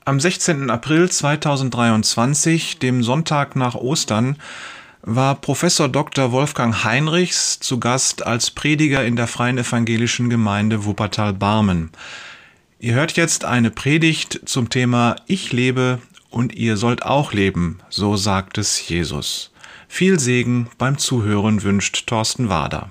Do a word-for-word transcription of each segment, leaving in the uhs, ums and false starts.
Am sechzehnten April zweitausenddreiundzwanzig, dem Sonntag nach Ostern, war Professor Doktor Wolfgang Heinrichs zu Gast als Prediger in der Freien Evangelischen Gemeinde Wuppertal-Barmen. Ihr hört jetzt eine Predigt zum Thema Ich lebe und ihr sollt auch leben, so sagt es Jesus. Viel Segen beim Zuhören wünscht Thorsten Wader.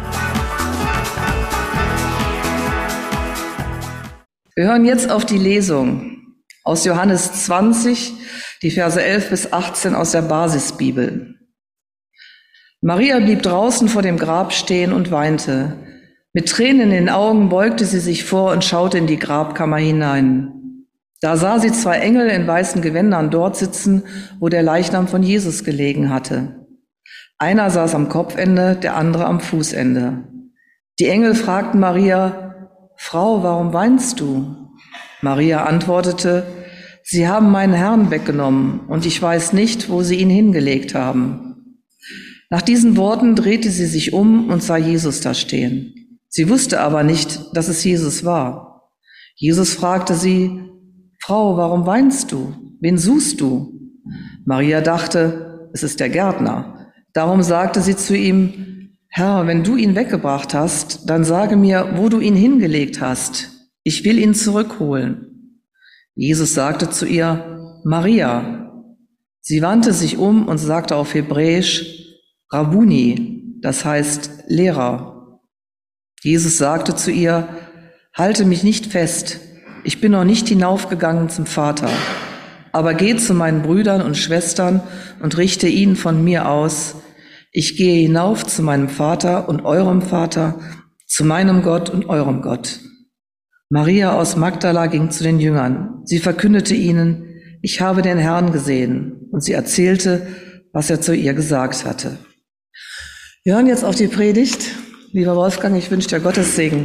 Wir hören jetzt auf die Lesung aus Johannes zwanzig, die Verse elf bis achtzehn aus der Basisbibel. Maria blieb draußen vor dem Grab stehen und weinte. Mit Tränen in den Augen beugte sie sich vor und schaute in die Grabkammer hinein. Da sah sie zwei Engel in weißen Gewändern dort sitzen, wo der Leichnam von Jesus gelegen hatte. Einer saß am Kopfende, der andere am Fußende. Die Engel fragten Maria: Frau, warum weinst du? Maria antwortete: Sie haben meinen Herrn weggenommen, und ich weiß nicht, wo sie ihn hingelegt haben. Nach diesen Worten drehte sie sich um und sah Jesus da stehen. Sie wusste aber nicht, dass es Jesus war. Jesus fragte sie: Frau, warum weinst du? Wen suchst du? Maria dachte, es ist der Gärtner. Darum sagte sie zu ihm: Herr, wenn du ihn weggebracht hast, dann sage mir, wo du ihn hingelegt hast. Ich will ihn zurückholen. Jesus sagte zu ihr: Maria. Sie wandte sich um und sagte auf Hebräisch: Rabbuni, das heißt Lehrer. Jesus sagte zu ihr: Halte mich nicht fest, ich bin noch nicht hinaufgegangen zum Vater, aber geh zu meinen Brüdern und Schwestern und richte ihnen von mir aus: Ich gehe hinauf zu meinem Vater und eurem Vater, zu meinem Gott und eurem Gott. Maria aus Magdala ging zu den Jüngern. Sie verkündete ihnen: Ich habe den Herrn gesehen. Und sie erzählte, was er zu ihr gesagt hatte. Wir hören jetzt auf die Predigt. Lieber Wolfgang, ich wünsche dir Gottes Segen.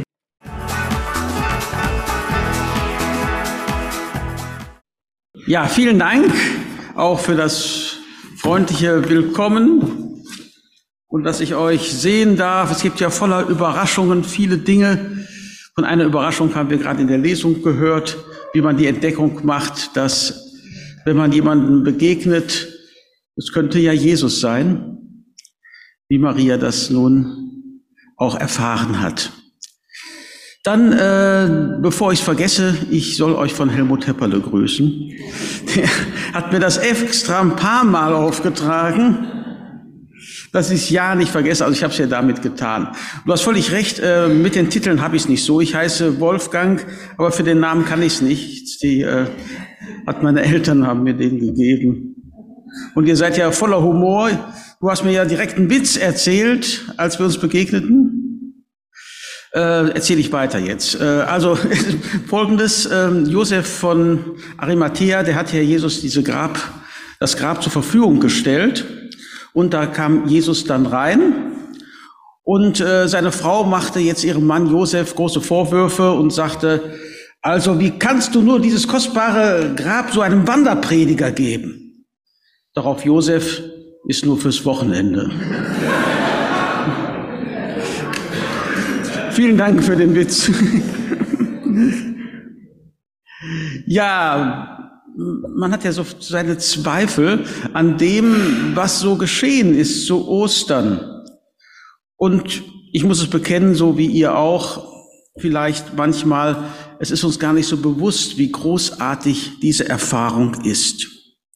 Ja, vielen Dank auch für das freundliche Willkommen und dass ich euch sehen darf. Es gibt ja voller Überraschungen viele Dinge. Von einer Überraschung haben wir gerade in der Lesung gehört, wie man die Entdeckung macht, dass wenn man jemandem begegnet, es könnte ja Jesus sein, wie Maria das nun auch erfahren hat. Dann, äh, bevor ich es vergesse, ich soll euch von Helmut Hepperle grüßen. Der hat mir das extra ein paar Mal aufgetragen, dass ich es ja nicht vergesse. Also ich habe es ja damit getan. Du hast völlig recht, äh, mit den Titeln habe ich es nicht so. Ich heiße Wolfgang, aber für den Namen kann ich es nicht. Die äh, hat meine Eltern haben mir den gegeben. Und ihr seid ja voller Humor. Du hast mir ja direkt einen Witz erzählt, als wir uns begegneten. Äh, erzähle ich weiter jetzt. Äh, also Folgendes: äh, Josef von Arimathea, der hat ja Jesus diese Grab, das Grab zur Verfügung gestellt. Und da kam Jesus dann rein. Und äh, seine Frau machte jetzt ihrem Mann Josef große Vorwürfe und sagte: Also wie kannst du nur dieses kostbare Grab so einem Wanderprediger geben? Darauf Josef: Ist nur fürs Wochenende. Vielen Dank für den Witz. Ja, man hat ja so seine Zweifel an dem, was so geschehen ist zu Ostern. Und ich muss es bekennen, so wie ihr auch, vielleicht manchmal, es ist uns gar nicht so bewusst, wie großartig diese Erfahrung ist.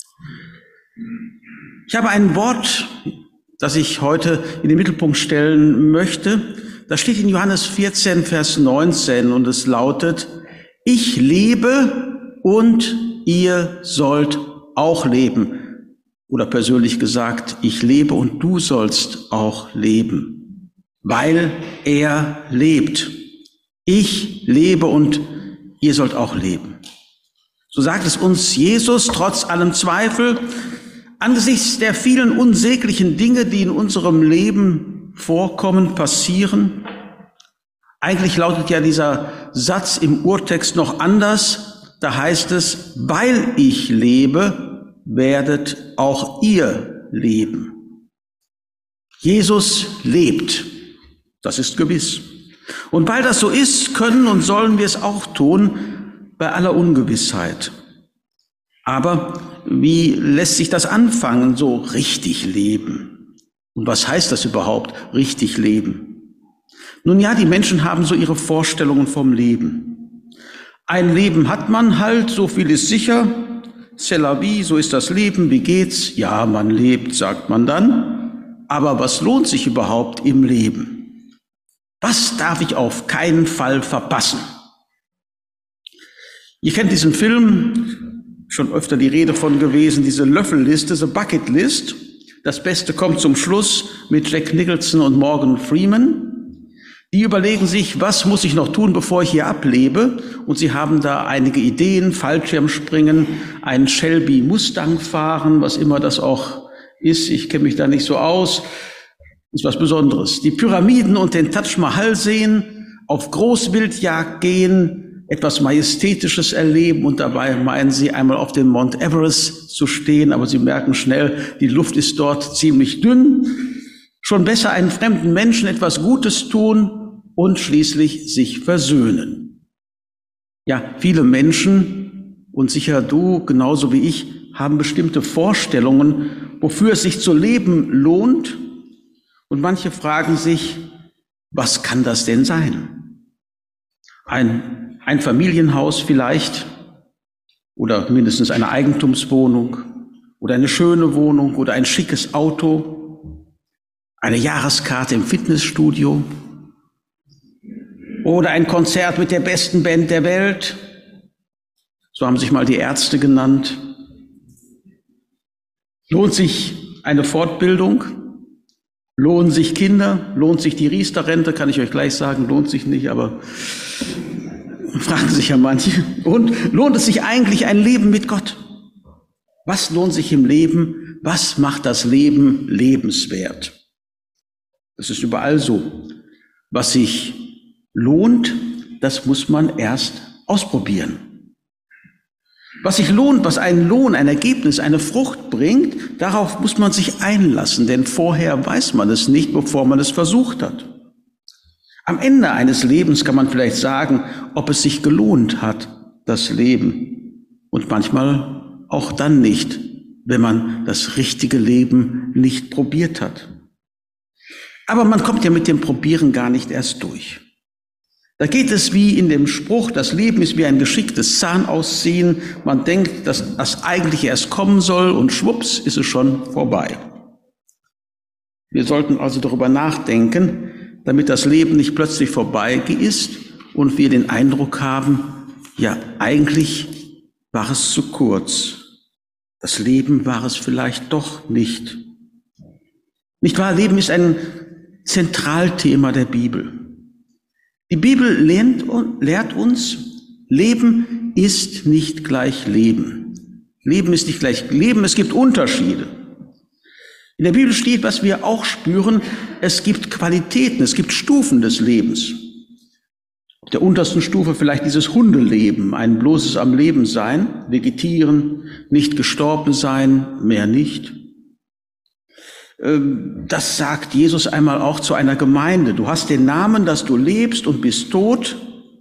Ich habe ein Wort, das ich heute in den Mittelpunkt stellen möchte. Das steht in Johannes vierzehn, Vers neunzehn und es lautet: Ich lebe und ihr sollt auch leben. Oder persönlich gesagt: Ich lebe und du sollst auch leben, weil er lebt. Ich lebe und ihr sollt auch leben. So sagt es uns Jesus trotz allem Zweifel. Angesichts der vielen unsäglichen Dinge, die in unserem Leben vorkommen, passieren. Eigentlich lautet ja dieser Satz im Urtext noch anders. Da heißt es: Weil ich lebe, werdet auch ihr leben. Jesus lebt. Das ist gewiss. Und weil das so ist, können und sollen wir es auch tun, bei aller Ungewissheit. Aber wie lässt sich das anfangen, so richtig leben? Und was heißt das überhaupt, richtig leben? Nun ja, die Menschen haben so ihre Vorstellungen vom Leben. Ein Leben hat man halt, so viel ist sicher. C'est la vie, so ist das Leben, wie geht's? Ja, man lebt, sagt man dann. Aber was lohnt sich überhaupt im Leben? Was darf ich auf keinen Fall verpassen? Ihr kennt diesen Film, schon öfter die Rede von gewesen, diese Löffelliste, The Bucket List. Das Beste kommt zum Schluss mit Jack Nicholson und Morgan Freeman. Die überlegen sich, was muss ich noch tun, bevor ich hier ablebe? Und sie haben da einige Ideen: Fallschirmspringen, einen Shelby Mustang fahren, was immer das auch ist. Ich kenne mich da nicht so aus. Ist was Besonderes. Die Pyramiden und den Taj Mahal sehen, auf Großwildjagd gehen, etwas Majestätisches erleben und dabei meinen sie, einmal auf dem Mount Everest zu stehen, aber sie merken schnell, die Luft ist dort ziemlich dünn. Schon besser einem fremden Menschen etwas Gutes tun und schließlich sich versöhnen. Ja, viele Menschen, und sicher du genauso wie ich, haben bestimmte Vorstellungen, wofür es sich zu leben lohnt. Und manche fragen sich, was kann das denn sein? Ein, ein Familienhaus vielleicht oder mindestens eine Eigentumswohnung oder eine schöne Wohnung oder ein schickes Auto, eine Jahreskarte im Fitnessstudio oder ein Konzert mit der besten Band der Welt. So haben sich mal die Ärzte genannt. Lohnt sich eine Fortbildung? Lohnen sich Kinder? Lohnt sich die Riester-Rente? Kann ich euch gleich sagen, lohnt sich nicht, aber fragen sich ja manche. Und lohnt es sich eigentlich ein Leben mit Gott? Was lohnt sich im Leben? Was macht das Leben lebenswert? Das ist überall so. Was sich lohnt, das muss man erst ausprobieren. Was sich lohnt, was einen Lohn, ein Ergebnis, eine Frucht bringt, darauf muss man sich einlassen, denn vorher weiß man es nicht, bevor man es versucht hat. Am Ende eines Lebens kann man vielleicht sagen, ob es sich gelohnt hat, das Leben. Und manchmal auch dann nicht, wenn man das richtige Leben nicht probiert hat. Aber man kommt ja mit dem Probieren gar nicht erst durch. Da geht es wie in dem Spruch, das Leben ist wie ein geschicktes Zahnausziehen. Man denkt, dass das eigentlich erst kommen soll und schwupps ist es schon vorbei. Wir sollten also darüber nachdenken, damit das Leben nicht plötzlich vorbei ist und wir den Eindruck haben, ja, eigentlich war es zu kurz. Das Leben war es vielleicht doch nicht. Nicht wahr? Leben ist ein Zentralthema der Bibel. Die Bibel lehrt, lehrt uns, Leben ist nicht gleich Leben. Leben ist nicht gleich Leben, es gibt Unterschiede. In der Bibel steht, was wir auch spüren, es gibt Qualitäten, es gibt Stufen des Lebens. Auf der untersten Stufe vielleicht dieses Hundeleben, ein bloßes am Leben sein, vegetieren, nicht gestorben sein, mehr nicht. Das sagt Jesus einmal auch zu einer Gemeinde. Du hast den Namen, dass du lebst und bist tot.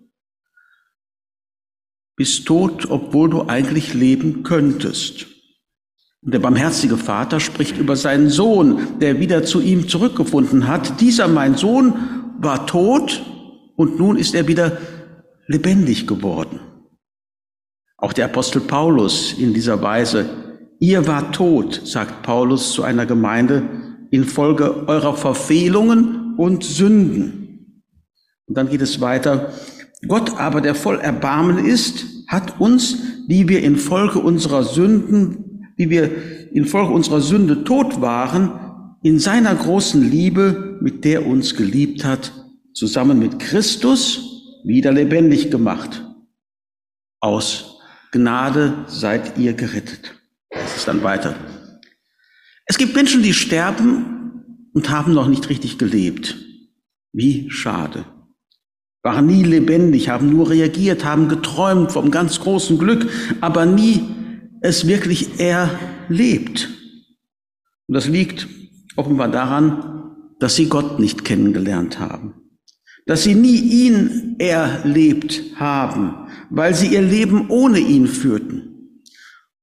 Bist tot, obwohl du eigentlich leben könntest. Und der barmherzige Vater spricht über seinen Sohn, der wieder zu ihm zurückgefunden hat. Dieser, mein Sohn, war tot und nun ist er wieder lebendig geworden. Auch der Apostel Paulus in dieser Weise: Ihr wart tot, sagt Paulus zu einer Gemeinde, infolge eurer Verfehlungen und Sünden. Und dann geht es weiter. Gott aber, der voll Erbarmen ist, hat uns, die wir infolge unserer Sünden, wie wir infolge unserer Sünde tot waren, in seiner großen Liebe, mit der uns geliebt hat, zusammen mit Christus wieder lebendig gemacht. Aus Gnade seid ihr gerettet. Das ist dann weiter. Es gibt Menschen, die sterben und haben noch nicht richtig gelebt. Wie schade. Waren nie lebendig, haben nur reagiert, haben geträumt vom ganz großen Glück, aber nie es wirklich erlebt. Und das liegt offenbar daran, dass sie Gott nicht kennengelernt haben. Dass sie nie ihn erlebt haben, weil sie ihr Leben ohne ihn führten.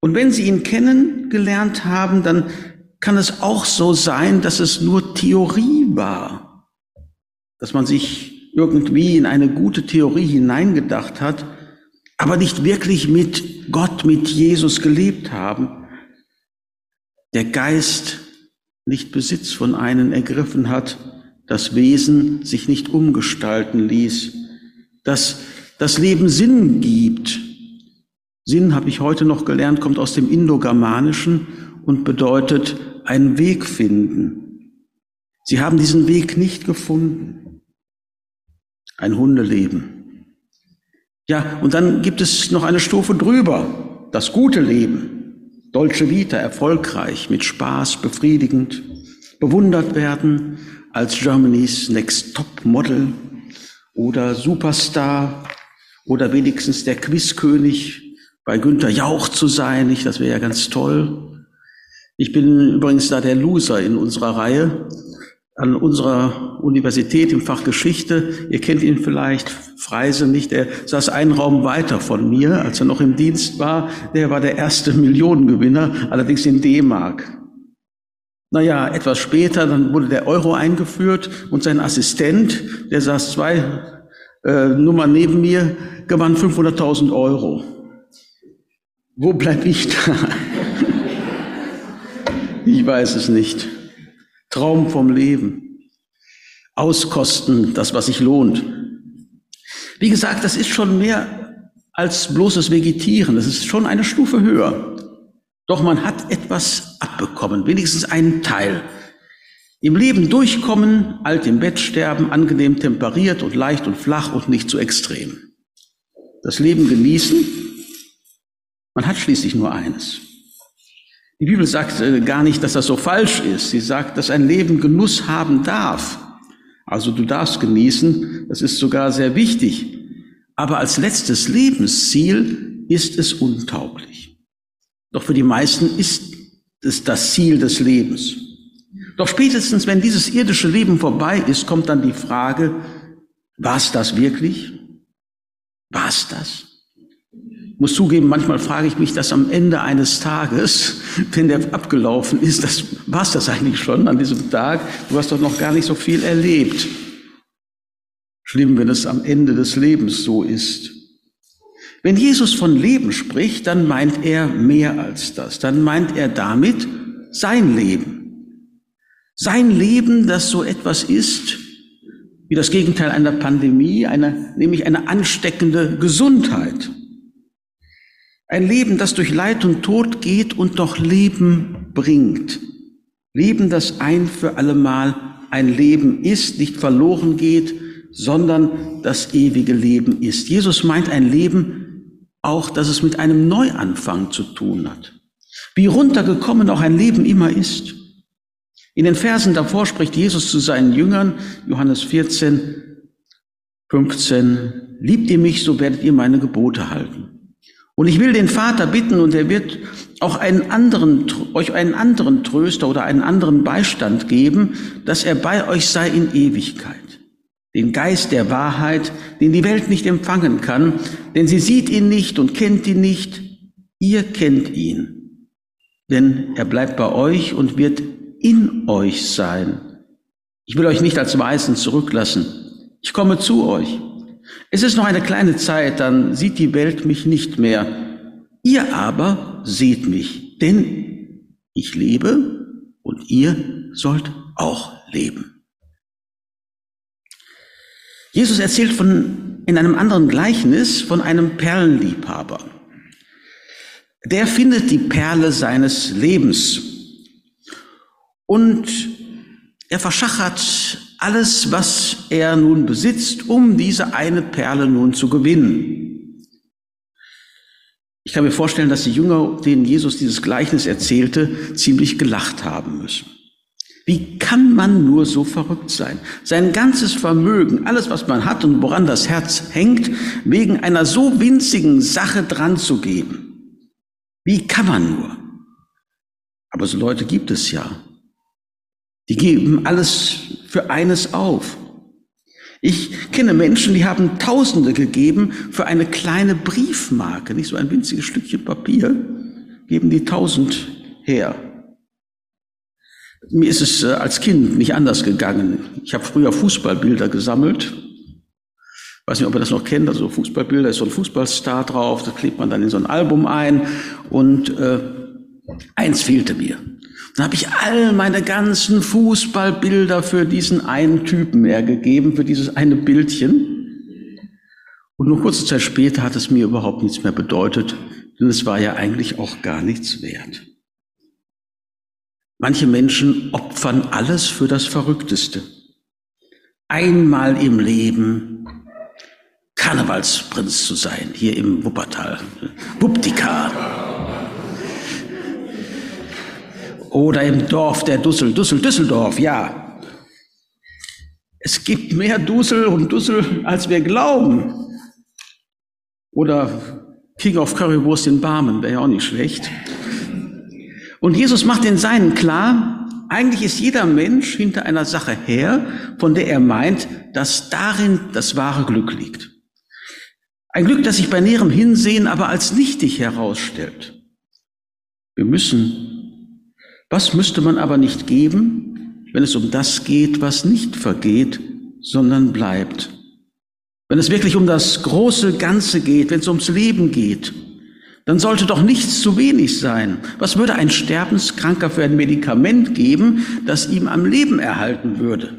Und wenn Sie ihn kennengelernt haben, dann kann es auch so sein, dass es nur Theorie war, dass man sich irgendwie in eine gute Theorie hineingedacht hat, aber nicht wirklich mit Gott, mit Jesus gelebt haben. Der Geist nicht Besitz von einem ergriffen hat, das Wesen sich nicht umgestalten ließ, dass das Leben Sinn gibt. Sinn, habe ich heute noch gelernt, kommt aus dem Indogermanischen und bedeutet einen Weg finden. Sie haben diesen Weg nicht gefunden. Ein Hundeleben. Ja, und dann gibt es noch eine Stufe drüber, das gute Leben. Dolce Vita, erfolgreich, mit Spaß, befriedigend, bewundert werden als Germany's Next Top Model oder Superstar oder wenigstens der Quizkönig bei Günther Jauch zu sein, nicht? Das wäre ja ganz toll. Ich bin übrigens da der Loser in unserer Reihe. An unserer Universität im Fach Geschichte, ihr kennt ihn vielleicht, Freise nicht, der saß einen Raum weiter von mir, als er noch im Dienst war. Der war der erste Millionengewinner, allerdings in D-Mark. Naja, etwas später, dann wurde der Euro eingeführt und sein Assistent, der saß zwei äh, Nummern neben mir, gewann fünfhunderttausend Euro. Wo bleib ich da? Ich weiß es nicht. Traum vom Leben. Auskosten, das, was sich lohnt. Wie gesagt, das ist schon mehr als bloßes Vegetieren. Das ist schon eine Stufe höher. Doch man hat etwas abbekommen, wenigstens einen Teil. Im Leben durchkommen, alt im Bett sterben, angenehm temperiert und leicht und flach und nicht zu extrem. Das Leben genießen. Man hat schließlich nur eines. Die Bibel sagt äh, gar nicht, dass das so falsch ist. Sie sagt, dass ein Leben Genuss haben darf. Also du darfst genießen, das ist sogar sehr wichtig. Aber als letztes Lebensziel ist es untauglich. Doch für die meisten ist es das Ziel des Lebens. Doch spätestens, wenn dieses irdische Leben vorbei ist, kommt dann die Frage, war es das wirklich? War es das? Ich muss zugeben, manchmal frage ich mich das am Ende eines Tages, wenn der abgelaufen ist, das war es das eigentlich schon an diesem Tag? Du hast doch noch gar nicht so viel erlebt. Schlimm, wenn es am Ende des Lebens so ist. Wenn Jesus von Leben spricht, dann meint er mehr als das. Dann meint er damit sein Leben. Sein Leben, das so etwas ist wie das Gegenteil einer Pandemie, eine, nämlich eine ansteckende Gesundheit. Ein Leben, das durch Leid und Tod geht und doch Leben bringt. Leben, das ein für allemal ein Leben ist, nicht verloren geht, sondern das ewige Leben ist. Jesus meint ein Leben auch, dass es mit einem Neuanfang zu tun hat. Wie runtergekommen auch ein Leben immer ist. In den Versen davor spricht Jesus zu seinen Jüngern, Johannes vierzehn, fünfzehn, liebt ihr mich, so werdet ihr meine Gebote halten. Und ich will den Vater bitten, und er wird auch einen anderen, euch einen anderen Tröster oder einen anderen Beistand geben, dass er bei euch sei in Ewigkeit. Den Geist der Wahrheit, den die Welt nicht empfangen kann, denn sie sieht ihn nicht und kennt ihn nicht. Ihr kennt ihn, denn er bleibt bei euch und wird in euch sein. Ich will euch nicht als Weisen zurücklassen. Ich komme zu euch. Es ist noch eine kleine Zeit, dann sieht die Welt mich nicht mehr. Ihr aber seht mich, denn ich lebe und ihr sollt auch leben. Jesus erzählt von, in einem anderen Gleichnis von einem Perlenliebhaber. Der findet die Perle seines Lebens und er verschachert alles, was er nun besitzt, um diese eine Perle nun zu gewinnen. Ich kann mir vorstellen, dass die Jünger, denen Jesus dieses Gleichnis erzählte, ziemlich gelacht haben müssen. Wie kann man nur so verrückt sein? Sein ganzes Vermögen, alles, was man hat und woran das Herz hängt, wegen einer so winzigen Sache dran zu geben. Wie kann man nur? Aber so Leute gibt es ja. Die geben alles für eines auf. Ich kenne Menschen, die haben Tausende gegeben für eine kleine Briefmarke, nicht so ein winziges Stückchen Papier. geben die tausend her. Mir ist es äh, als Kind nicht anders gegangen. Ich habe früher Fußballbilder gesammelt. Ich weiß nicht, ob ihr das noch kennt, also Fußballbilder, ist so ein Fußballstar drauf, das klebt man dann in so ein Album ein und äh, eins fehlte mir. Dann habe ich all meine ganzen Fußballbilder für diesen einen Typen hergegeben, für dieses eine Bildchen. Und nur kurze Zeit später hat es mir überhaupt nichts mehr bedeutet, denn es war ja eigentlich auch gar nichts wert. Manche Menschen opfern alles für das Verrückteste. Einmal im Leben Karnevalsprinz zu sein, hier im Wuppertal. Wuptika. Oder im Dorf der Dussel, Dussel, Düsseldorf, ja. Es gibt mehr Dussel und Dussel, als wir glauben. Oder King of Currywurst in Barmen, wäre ja auch nicht schlecht. Und Jesus macht den Seinen klar, eigentlich ist jeder Mensch hinter einer Sache her, von der er meint, dass darin das wahre Glück liegt. Ein Glück, das sich bei näherem Hinsehen aber als nichtig herausstellt. Wir müssen, was müsste man aber nicht geben, wenn es um das geht, was nicht vergeht, sondern bleibt? Wenn es wirklich um das große Ganze geht, wenn es ums Leben geht, dann sollte doch nichts zu wenig sein. Was würde ein Sterbenskranker für ein Medikament geben, das ihm am Leben erhalten würde?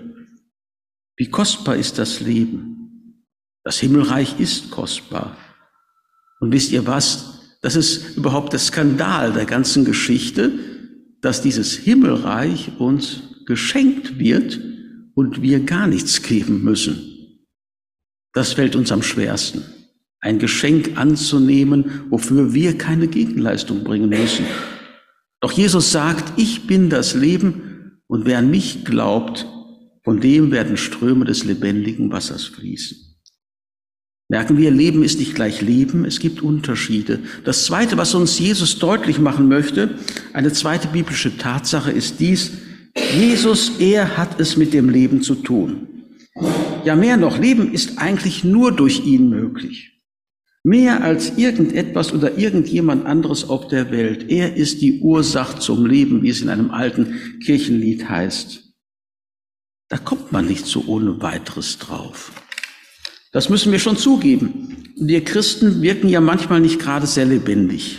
Wie kostbar ist das Leben? Das Himmelreich ist kostbar. Und wisst ihr was? Das ist überhaupt der Skandal der ganzen Geschichte, dass dieses Himmelreich uns geschenkt wird und wir gar nichts geben müssen. Das fällt uns am schwersten. Ein Geschenk anzunehmen, wofür wir keine Gegenleistung bringen müssen. Doch Jesus sagt, ich bin das Leben und wer an mich glaubt, von dem werden Ströme des lebendigen Wassers fließen. Merken wir, Leben ist nicht gleich Leben, es gibt Unterschiede. Das Zweite, was uns Jesus deutlich machen möchte, eine zweite biblische Tatsache ist dies, Jesus, er hat es mit dem Leben zu tun. Ja, mehr noch, Leben ist eigentlich nur durch ihn möglich. Mehr als irgendetwas oder irgendjemand anderes auf der Welt. Er ist die Ursache zum Leben, wie es in einem alten Kirchenlied heißt. Da kommt man nicht so ohne weiteres drauf. Das müssen wir schon zugeben. Wir Christen wirken ja manchmal nicht gerade sehr lebendig.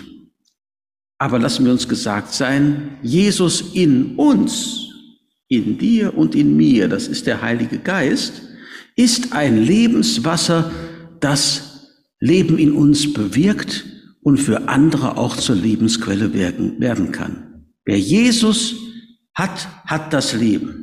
Aber lassen wir uns gesagt sein, Jesus in uns, in dir und in mir, das ist der Heilige Geist, ist ein Lebenswasser, das Leben in uns bewirkt und für andere auch zur Lebensquelle werden, werden kann. Wer Jesus hat, hat das Leben.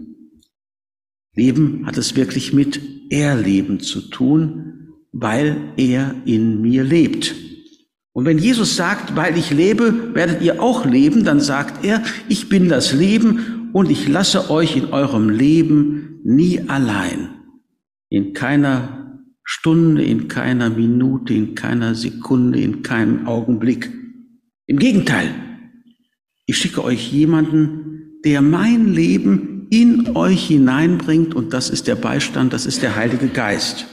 Leben hat es wirklich mit Erleben zu tun, weil er in mir lebt. Und wenn Jesus sagt, weil ich lebe, werdet ihr auch leben, dann sagt er, ich bin das Leben und ich lasse euch in eurem Leben nie allein. In keiner Stunde, in keiner Minute, in keiner Sekunde, in keinem Augenblick. Im Gegenteil, ich schicke euch jemanden, der mein Leben in euch hineinbringt und das ist der Beistand, das ist der Heilige Geist.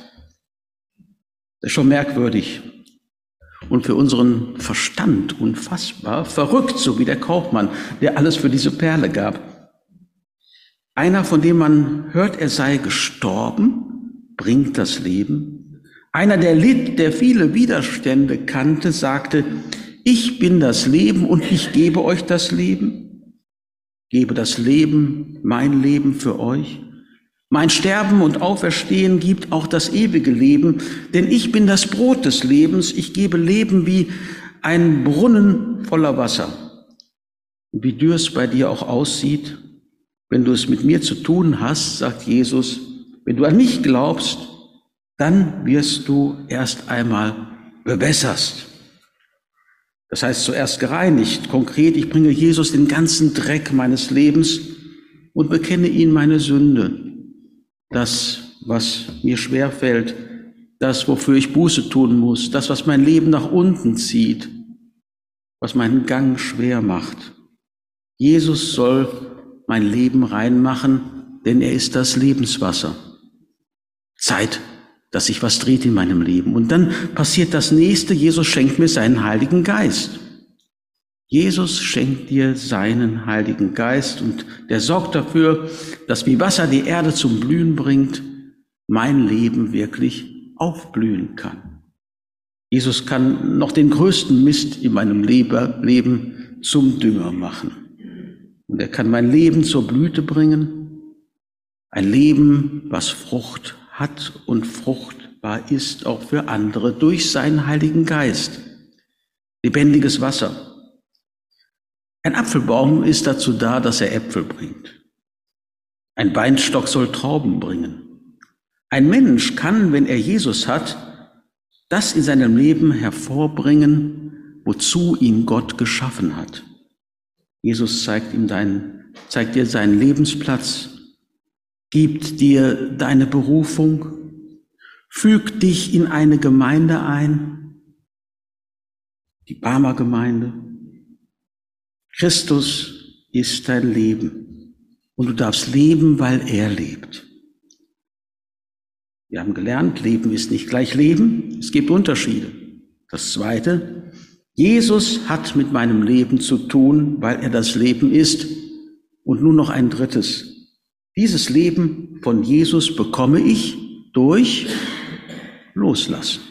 Das ist schon merkwürdig und für unseren Verstand unfassbar, verrückt, so wie der Kaufmann, der alles für diese Perle gab. Einer, von dem man hört, er sei gestorben, bringt das Leben. Einer, der litt, der viele Widerstände kannte, sagte, ich bin das Leben und ich gebe euch das Leben. Gebe das Leben, mein Leben für euch. Mein Sterben und Auferstehen gibt auch das ewige Leben, denn ich bin das Brot des Lebens. Ich gebe Leben wie ein Brunnen voller Wasser. Und wie dürr es bei dir auch aussieht, wenn du es mit mir zu tun hast, sagt Jesus, wenn du an mich glaubst, dann wirst du erst einmal bewässerst. Das heißt zuerst gereinigt. Konkret, ich bringe Jesus den ganzen Dreck meines Lebens und bekenne ihm meine Sünde. Das, was mir schwerfällt, das, wofür ich Buße tun muss, das, was mein Leben nach unten zieht, was meinen Gang schwer macht. Jesus soll mein Leben reinmachen, denn er ist das Lebenswasser. Zeit, dass sich was dreht in meinem Leben. Und dann passiert das Nächste, Jesus schenkt mir seinen Heiligen Geist. Jesus schenkt dir seinen Heiligen Geist und der sorgt dafür, dass wie Wasser die Erde zum Blühen bringt, mein Leben wirklich aufblühen kann. Jesus kann noch den größten Mist in meinem Leben zum Dünger machen. Und er kann mein Leben zur Blüte bringen. Ein Leben, was Frucht hat und fruchtbar ist, auch für andere, durch seinen Heiligen Geist. Lebendiges Wasser. Ein Apfelbaum ist dazu da, dass er Äpfel bringt. Ein Weinstock soll Trauben bringen. Ein Mensch kann, wenn er Jesus hat, das in seinem Leben hervorbringen, wozu ihn Gott geschaffen hat. Jesus zeigt ihm deinen, zeigt dir seinen Lebensplatz, gibt dir deine Berufung, fügt dich in eine Gemeinde ein, die Barmer Gemeinde. Christus ist dein Leben und du darfst leben, weil er lebt. Wir haben gelernt, Leben ist nicht gleich Leben, es gibt Unterschiede. Das Zweite, Jesus hat mit meinem Leben zu tun, weil er das Leben ist. Und nun noch ein Drittes. Dieses Leben von Jesus bekomme ich durch Loslassen.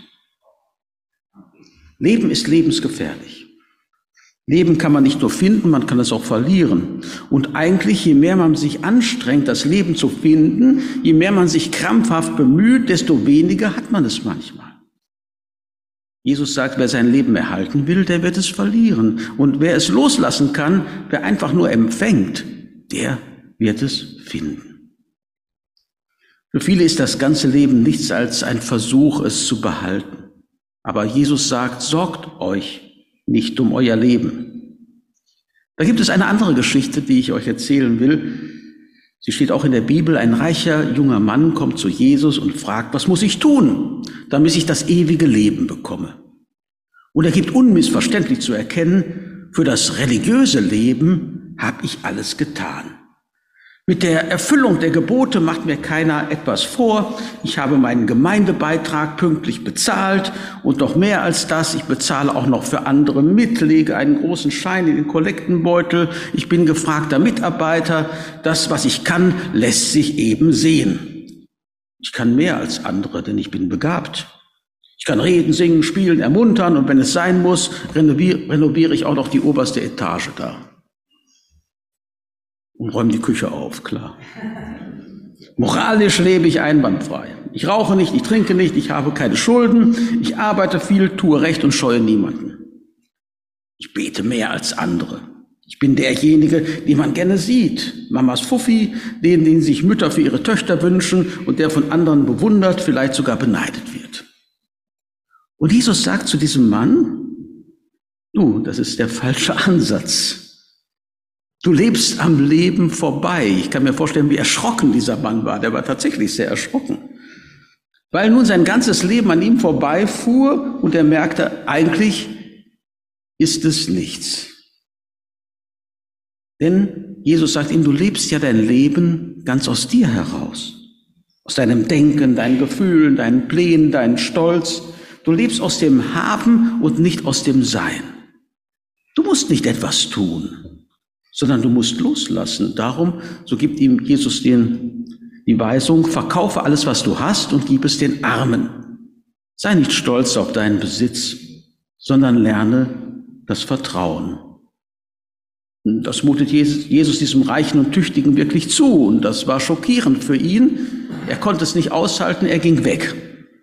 Leben ist lebensgefährlich. Leben kann man nicht nur finden, man kann es auch verlieren. Und eigentlich, je mehr man sich anstrengt, das Leben zu finden, je mehr man sich krampfhaft bemüht, desto weniger hat man es manchmal. Jesus sagt, wer sein Leben erhalten will, der wird es verlieren. Und wer es loslassen kann, wer einfach nur empfängt, der wird es finden. Für viele ist das ganze Leben nichts als ein Versuch, es zu behalten. Aber Jesus sagt, sorgt euch nicht um euer Leben. Da gibt es eine andere Geschichte, die ich euch erzählen will. Sie steht auch in der Bibel. Ein reicher junger Mann kommt zu Jesus und fragt, was muss ich tun, damit ich das ewige Leben bekomme? Und er gibt unmissverständlich zu erkennen, für das religiöse Leben habe ich alles getan. Mit der Erfüllung der Gebote macht mir keiner etwas vor. Ich habe meinen Gemeindebeitrag pünktlich bezahlt und noch mehr als das, ich bezahle auch noch für andere mit, lege einen großen Schein in den Kollektenbeutel. Ich bin gefragter Mitarbeiter. Das, was ich kann, lässt sich eben sehen. Ich kann mehr als andere, denn ich bin begabt. Ich kann reden, singen, spielen, ermuntern und wenn es sein muss, renoviere, renoviere ich auch noch die oberste Etage da. Und räume die Küche auf, klar. Moralisch lebe ich einwandfrei. Ich rauche nicht, ich trinke nicht, ich habe keine Schulden, ich arbeite viel, tue Recht und scheue niemanden. Ich bete mehr als andere. Ich bin derjenige, den man gerne sieht. Mamas Fuffi, den, den sich Mütter für ihre Töchter wünschen und der von anderen bewundert, vielleicht sogar beneidet wird. Und Jesus sagt zu diesem Mann, du, das ist der falsche Ansatz. Du lebst am Leben vorbei. Ich kann mir vorstellen, wie erschrocken dieser Mann war. Der war tatsächlich sehr erschrocken. Weil nun sein ganzes Leben an ihm vorbeifuhr und er merkte, eigentlich ist es nichts. Denn Jesus sagt ihm, du lebst ja dein Leben ganz aus dir heraus. Aus deinem Denken, deinen Gefühlen, deinen Plänen, deinen Stolz. Du lebst aus dem Haben und nicht aus dem Sein. Du musst nicht etwas tun, sondern du musst loslassen. Darum, so gibt ihm Jesus den, die Weisung, verkaufe alles, was du hast und gib es den Armen. Sei nicht stolz auf deinen Besitz, sondern lerne das Vertrauen. Und das mutet Jesus diesem Reichen und Tüchtigen wirklich zu und das war schockierend für ihn. Er konnte es nicht aushalten, er ging weg.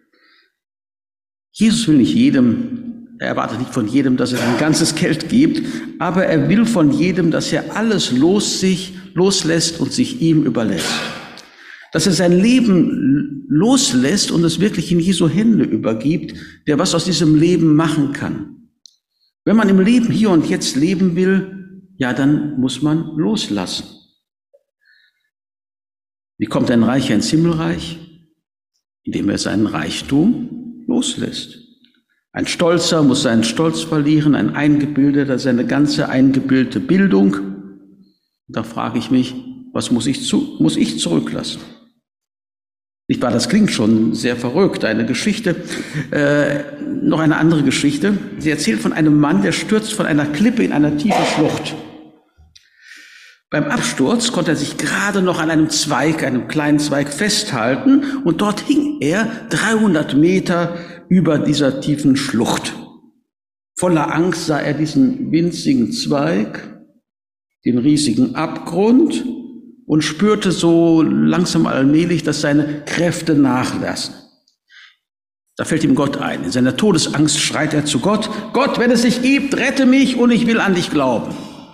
Jesus will nicht jedem Er erwartet nicht von jedem, dass er ein ganzes Geld gibt, aber er will von jedem, dass er alles los sich, loslässt und sich ihm überlässt. Dass er sein Leben loslässt und es wirklich in Jesu Hände übergibt, der was aus diesem Leben machen kann. Wenn man im Leben hier und jetzt leben will, ja, dann muss man loslassen. Wie kommt ein Reicher ins Himmelreich? Indem er seinen Reichtum loslässt. Ein Stolzer muss seinen Stolz verlieren, ein Eingebildeter seine ganze eingebildete Bildung. Da frage ich mich, was muss ich, zu, muss ich zurücklassen? Nicht wahr? Das klingt schon sehr verrückt, eine Geschichte. Äh, noch eine andere Geschichte. Sie erzählt von einem Mann, der stürzt von einer Klippe in eine tiefe Schlucht. Beim Absturz konnte er sich gerade noch an einem Zweig, einem kleinen Zweig festhalten und dort hing er dreihundert Meter über dieser tiefen Schlucht. Voller Angst sah er diesen winzigen Zweig, den riesigen Abgrund und spürte so langsam allmählich, dass seine Kräfte nachlassen. Da fällt ihm Gott ein. In seiner Todesangst schreit er zu Gott: Gott, wenn es dich gibt, rette mich und ich will an dich glauben.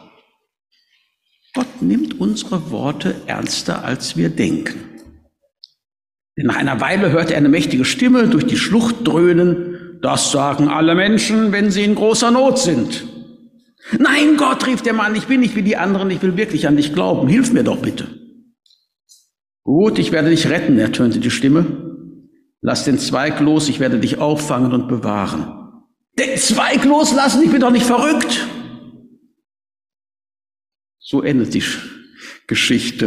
Gott nimmt unsere Worte ernster, als wir denken. Denn nach einer Weile hört er eine mächtige Stimme durch die Schlucht dröhnen: Das sagen alle Menschen, wenn sie in großer Not sind. Nein, Gott, rief der Mann, ich bin nicht wie die anderen, ich will wirklich an dich glauben. Hilf mir doch bitte. Gut, ich werde dich retten, ertönte die Stimme. Lass den Zweig los, ich werde dich auffangen und bewahren. Den Zweig loslassen? Ich bin doch nicht verrückt. So endet die Geschichte.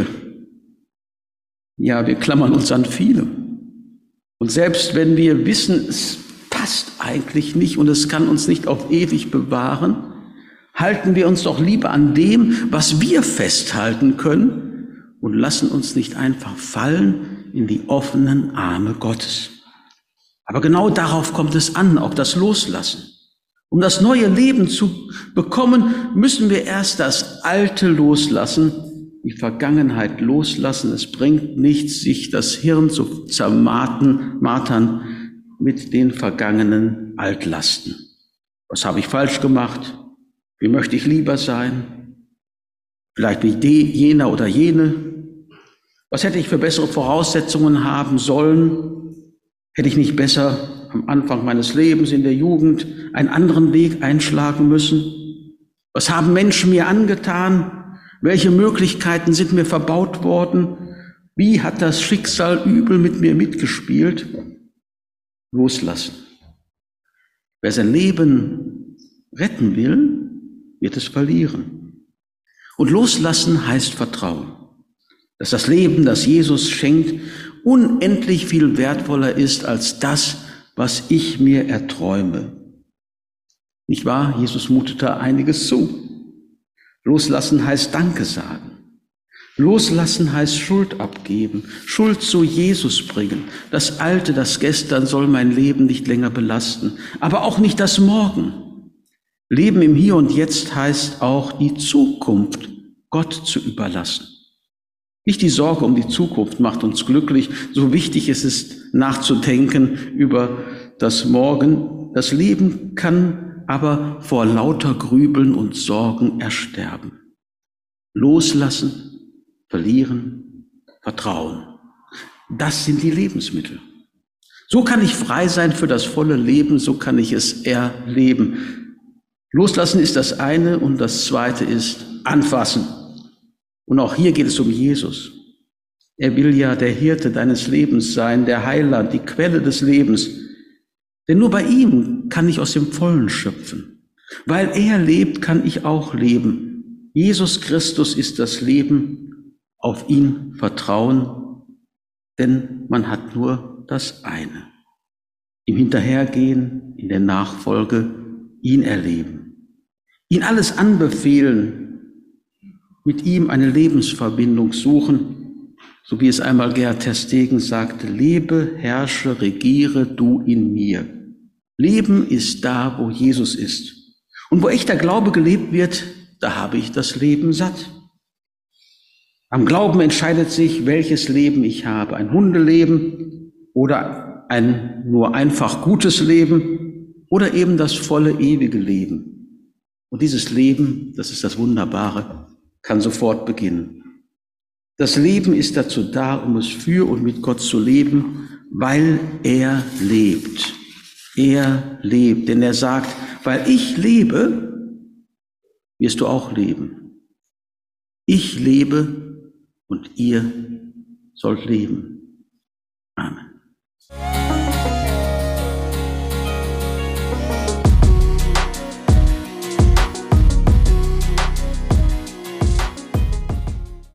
Ja, wir klammern uns an vielem. Und selbst wenn wir wissen, es passt eigentlich nicht und es kann uns nicht auf ewig bewahren, halten wir uns doch lieber an dem, was wir festhalten können und lassen uns nicht einfach fallen in die offenen Arme Gottes. Aber genau darauf kommt es an, auch das Loslassen. Um das neue Leben zu bekommen, müssen wir erst das Alte loslassen, die Vergangenheit loslassen. Es bringt nichts, sich das Hirn zu zermartern mit den vergangenen Altlasten. Was habe ich falsch gemacht? Wie möchte ich lieber sein? Vielleicht wie die, jener oder jene? Was hätte ich für bessere Voraussetzungen haben sollen? Hätte ich nicht besser am Anfang meines Lebens in der Jugend einen anderen Weg einschlagen müssen? Was haben Menschen mir angetan? Welche Möglichkeiten sind mir verbaut worden? Wie hat das Schicksal übel mit mir mitgespielt? Loslassen. Wer sein Leben retten will, wird es verlieren. Und loslassen heißt Vertrauen, dass das Leben, das Jesus schenkt, unendlich viel wertvoller ist als das, was ich mir erträume. Nicht wahr? Jesus mutete einiges zu. Loslassen heißt Danke sagen. Loslassen heißt Schuld abgeben, Schuld zu Jesus bringen. Das Alte, das Gestern soll mein Leben nicht länger belasten, aber auch nicht das Morgen. Leben im Hier und Jetzt heißt auch, die Zukunft Gott zu überlassen. Nicht die Sorge um die Zukunft macht uns glücklich, so wichtig es ist, nachzudenken über das Morgen. Das Leben kann aber vor lauter Grübeln und Sorgen ersterben. Loslassen, verlieren, vertrauen. Das sind die Lebensmittel. So kann ich frei sein für das volle Leben, so kann ich es erleben. Loslassen ist das eine und das zweite ist anfassen. Und auch hier geht es um Jesus. Er will ja der Hirte deines Lebens sein, der Heiland, die Quelle des Lebens. Denn nur bei ihm kann ich aus dem Vollen schöpfen. Weil er lebt, kann ich auch leben. Jesus Christus ist das Leben, auf ihn vertrauen, denn man hat nur das eine. Ihm hinterhergehen, in der Nachfolge, ihn erleben, ihn alles anbefehlen, mit ihm eine Lebensverbindung suchen, so wie es einmal Gerhard ter Stegen sagte: Lebe, herrsche, regiere du in mir. Leben ist da, wo Jesus ist. Und wo echter Glaube gelebt wird, da habe ich das Leben satt. Am Glauben entscheidet sich, welches Leben ich habe. Ein Hundeleben oder ein nur einfach gutes Leben oder eben das volle, ewige Leben. Und dieses Leben, das ist das Wunderbare, kann sofort beginnen. Das Leben ist dazu da, um es für und mit Gott zu leben, weil er lebt. Er lebt, denn er sagt, weil ich lebe, wirst du auch leben. Ich lebe und ihr sollt leben. Amen.